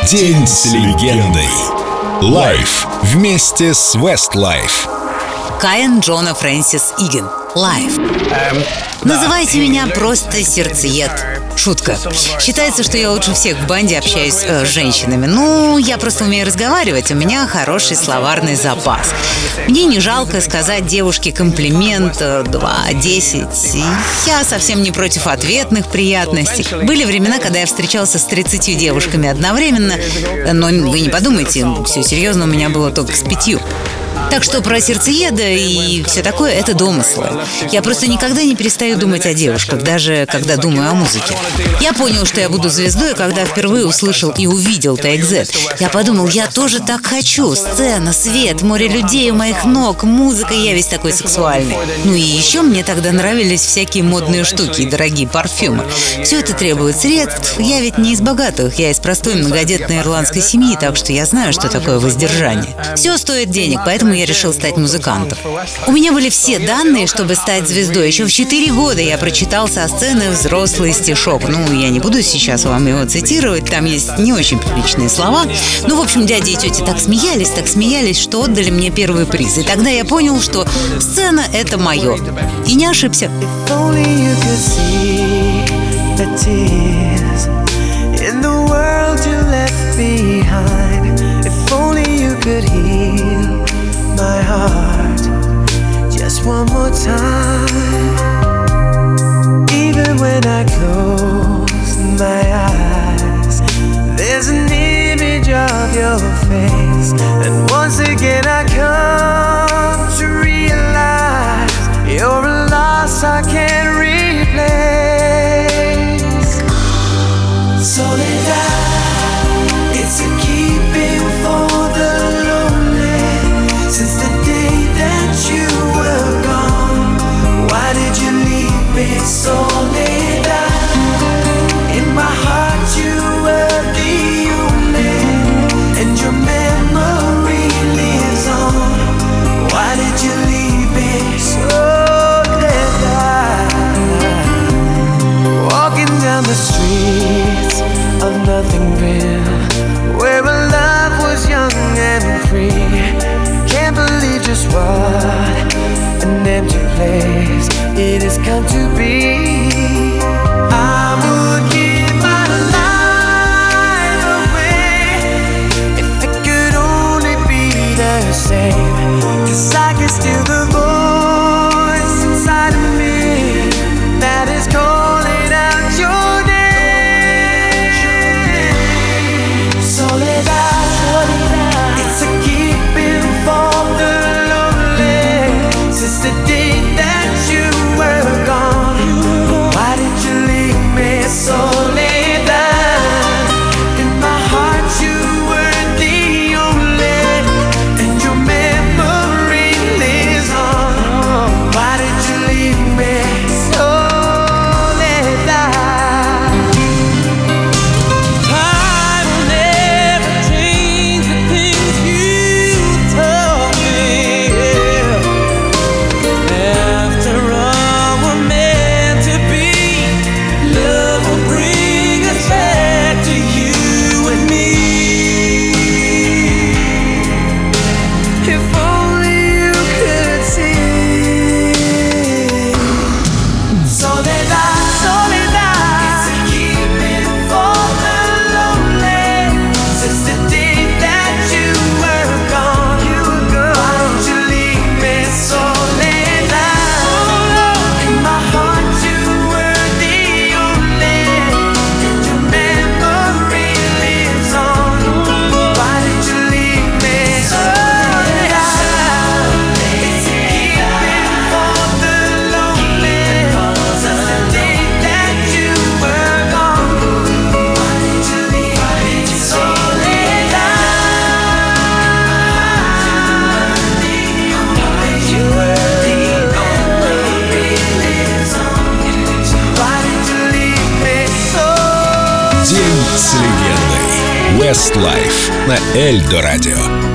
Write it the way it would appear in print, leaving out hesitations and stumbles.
День с легендой. Лайв вместе с Westlife. Каин Джона Фрэнсис Иген. Лайв. Называйте меня просто сердцеед. Шутка. Считается, что я лучше всех в банде общаюсь с женщинами. Ну, я просто умею разговаривать, у меня хороший словарный запас. Мне не жалко сказать девушке комплимент 2, 10. Я совсем не против ответных приятностей. Были времена, когда я встречался с 30 девушками одновременно. Но вы не подумайте, все серьезно, у меня было только с 5. Так что про сердцееда и все такое — это домыслы. Я просто никогда не перестаю думать о девушках, даже когда думаю о музыке. Я понял, что я буду звездой, когда впервые услышал и увидел Take That. Я подумал, я тоже так хочу. Сцена, свет, море людей у моих ног, музыка, я весь такой сексуальный. Ну и еще мне тогда нравились всякие модные штуки и дорогие парфюмы. Все это требует средств. Я ведь не из богатых, я из простой многодетной ирландской семьи, так что я знаю, что такое воздержание. Все стоит денег, поэтому я решил стать музыкантом. У меня были все данные, чтобы стать звездой. Еще в 4 года я прочитал со сцены взрослый стишок. Ну, я не буду сейчас вам его цитировать, там есть не очень приличные слова. Ну, в общем, дяди и тети так смеялись, что отдали мне первый приз. И тогда я понял, что сцена — это мое. И не ошибся. My heart, just one more time. Even when I close my eyes, there's an image of your face. And once again I come to realize you're a loss I can't replace. Soledad, it's a keeping for the since the day that you were gone. Why did you leave me, Soledad? In my heart you were the only, and your memory lives on. Why did you leave me, Soledad? Walking down the streets of nothing real, where a love was young and free. Can't believe just what an empty place it has come to be. I would give my life away if it could only be the same. 'Cause I can steal the voice inside of me that is calling out your name. Soledad, it's a keeping for the lonely. Since the day that you were gone, why did you leave me, Soledad? In my heart you were the only, and your memory lives on. Why did you leave me, Soledad? I will never change the things you told me. After all we're meant to be, love will bring us back to you and me. If only you could see. Soledad, Soledad, it's a keeping for the lonely. Since the day that you were gone, why did you leave me, Soledad? In my heart you were the only, and your memory lives on. Why did you leave me, Soledad? It's a keeping for the lonely. Since the day that you were gone, why did you leave me, Soledad? You were the only lives on. Why did you leave me, Soledad? День с легендой. Westlife на Эльдо Радио.